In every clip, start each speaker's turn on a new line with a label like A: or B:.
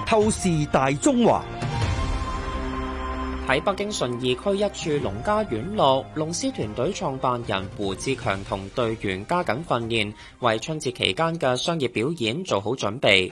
A: 透視大中華。
B: 喺北京順義區一處農家院落，龍獅團隊創辦人胡志強同隊員加緊訓練，為春節期間嘅商業表演做好準備。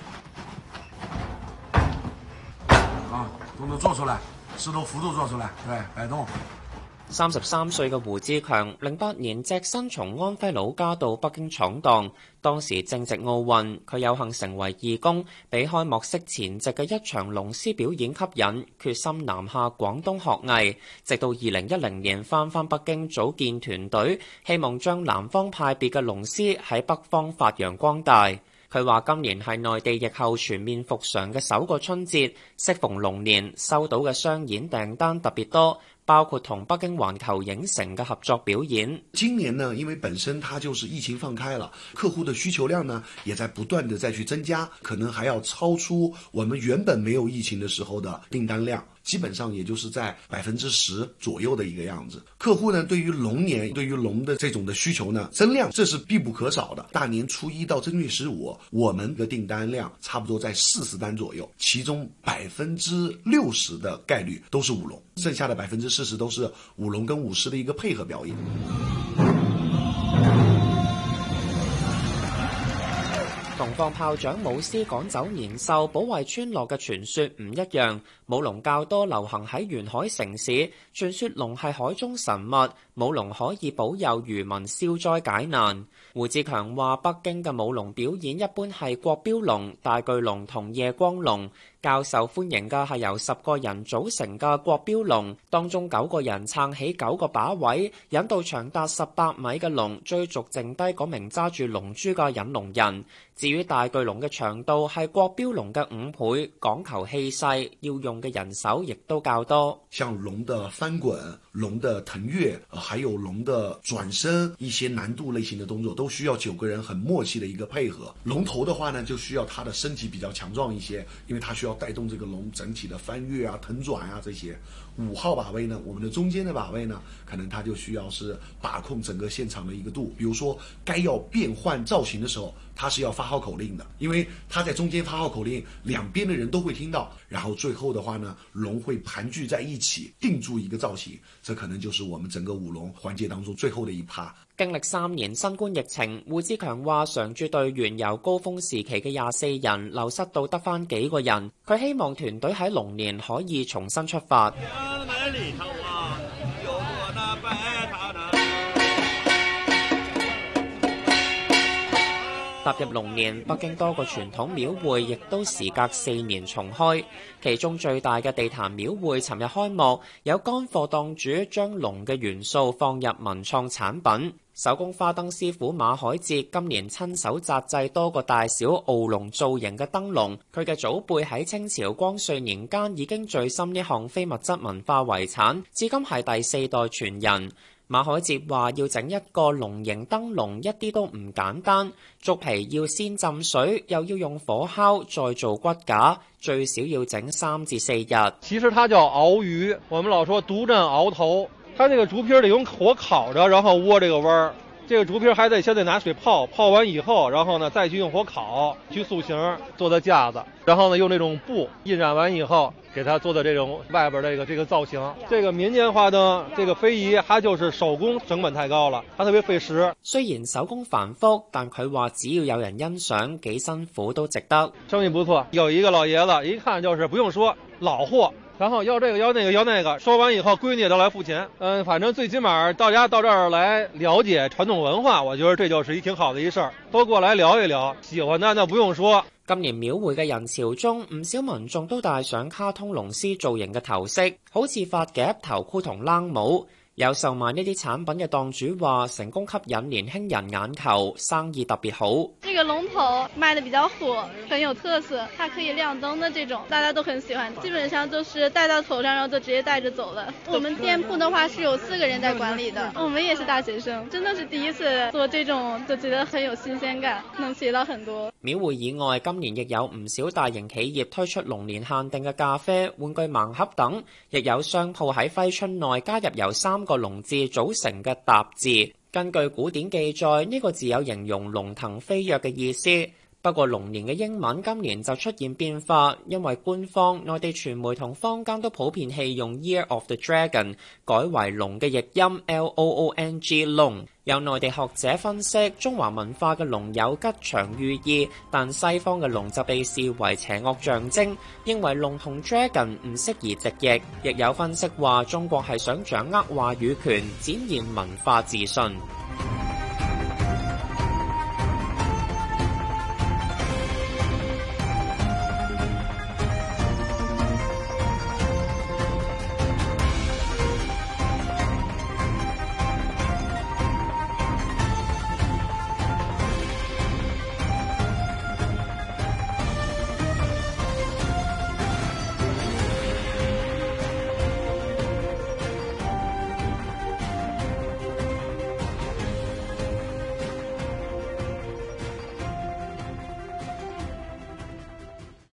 C: 動作做出來，勢頭幅度做出來，對，擺動。
B: 33歲嘅胡志強，08年隻身從安徽老家到北京闖蕩，當時正值奧運，佢有幸成為義工，俾開幕式前夕嘅一場龍獅表演吸引，決心南下廣東學藝，直到2010年返北京組建團隊，希望將南方派別嘅龍獅喺北方發揚光大。佢話今年係內地疫後全面復常嘅首個春節，適逢龍年，收到嘅商演訂單特別多，包括同北京環球影城嘅合作表演。
D: 今年呢，因為本身它就是疫情放開了，客戶的需求量呢也在不斷的再去增加，可能還要超出我們原本沒有疫情的時候的訂單量，基本上也就是在10%左右的一個樣子。客戶呢對於龍年，對於龍的這種的需求呢增量，這是必不可少的。大年初一到正月15，我們的訂單量差不多在40單左右，其中60%的概率都是舞龍，剩下的40%都是舞龍跟舞獅的一個配合表演。
B: 銅放炮仗舞獅趕走年獸，保衛村落嘅傳說唔一樣。舞龍較多流行喺沿海城市，傳說龍係海中神物，舞龍可以保佑漁民消災解難。胡志強話：北京嘅舞龍表演一般係國標龍、大巨龍同夜光龍，較受歡迎嘅係由10個人組成嘅國標龍，當中9個人撐起9個把位，引導長達18米嘅龍追逐剩低嗰名揸住龍珠嘅引龍人。至於大巨龍嘅長度係國標龍嘅5倍，講求氣勢，要用嘅人手亦都較多。
D: 像龍的翻滾、龍的騰躍，還有龍的轉身，一些難度類型的動作都需要9個人很默契的一個配合。龍頭的話呢，就需要他的身體比較強壯一些，因為他需要帶動這個龍整體的翻躍啊、騰轉啊這些。5號把位呢，我們的中間的把位呢，可能他就需要是把控整個現場的一個度，比如說該要變換造型的時候，他是要發號口令的，因為他在中間發號口令，兩邊的人都會聽到，然後最後的話呢，龍會盤踞在一起，定住一個造型，這可能就是我們整個舞龍環節當中最後的一趴。
B: 經歷3年新冠疫情，胡志強話常駐隊員由高峰時期嘅24人流失到得返幾個人，佢希望團隊喺龍年可以重新出發。踏入龍年，北京多個傳統廟會亦都時隔4年重開，其中最大嘅地壇廟會尋日開幕，有乾貨檔主將龍嘅元素放入文創產品。手工花燈師傅馬海哲今年親手紮製多個大小鰲龍造型嘅燈籠，佢嘅祖輩喺清朝光緒年間已經醉心呢項非物質文化遺產，至今係第4代傳人。馬海哲話：要整一個龍形燈籠一啲都唔簡單，竹皮要先浸水，又要用火烤，再做骨架，最少要整3至4日。
E: 其實它叫鰲魚，我們老說獨佔鰲頭，它這個竹皮得用火烤着，然後窩這個窩。這個竹皮還得先得拿水泡，泡完以後，然後呢再去用火烤，去塑形，做的架子，然後呢用那種布印染完以後，給它做的這種外邊這個造型。這個民間花燈，這個非遺，它就是手工成本太高了，它特別費時。
B: 雖然手工繁複，但佢話只要有人欣賞，幾辛苦都值得。
E: 生意不錯，有一個老爺子，一看就是不用說老貨。然後要這個要那個要那個，說完以後閨女也都來付錢。反正最起碼大家到這兒來了解傳統文化，我覺得這就是一挺好的一事兒，多過來聊一聊。喜歡的那不用說。
B: 今年廟會嘅人潮中，唔少民眾都戴上卡通龍獅造型嘅頭飾，好似髮夾、頭箍同冷帽。有售賣呢啲產品嘅檔主話，成功吸引年輕人眼球，生意特別好。
F: 這個龍頭賣得比較火，很有特色，它可以亮燈的這種，大家都很喜歡。基本上就是戴到頭上，然後就直接帶着走了。我們店鋪的話是有4個人在管理的，我們也是大學生，真的是第一次做這種，就覺得很有新鮮感，能學到很多。
B: 廟會以外，今年亦有唔少大型企業推出龍年限定嘅咖啡、玩具盲盒等，亦有商鋪喺揮春內加入由3個龍字組成嘅搭字。根據古典記載，呢個字有形容龍騰飛躍嘅意思。 不過龍年嘅英文今年就出現變化，因為官方、內地傳媒同坊間都普遍棄用 Year of the Dragon， 改為龍嘅譯音 LOONG 龍。有內地學者分析，中華文化嘅龍有吉祥寓意，但西方嘅龍就被視為邪惡象徵，認為龍同 Dragon 唔適宜直譯。亦有分析話，中國係想掌握話語權，展現文化自信。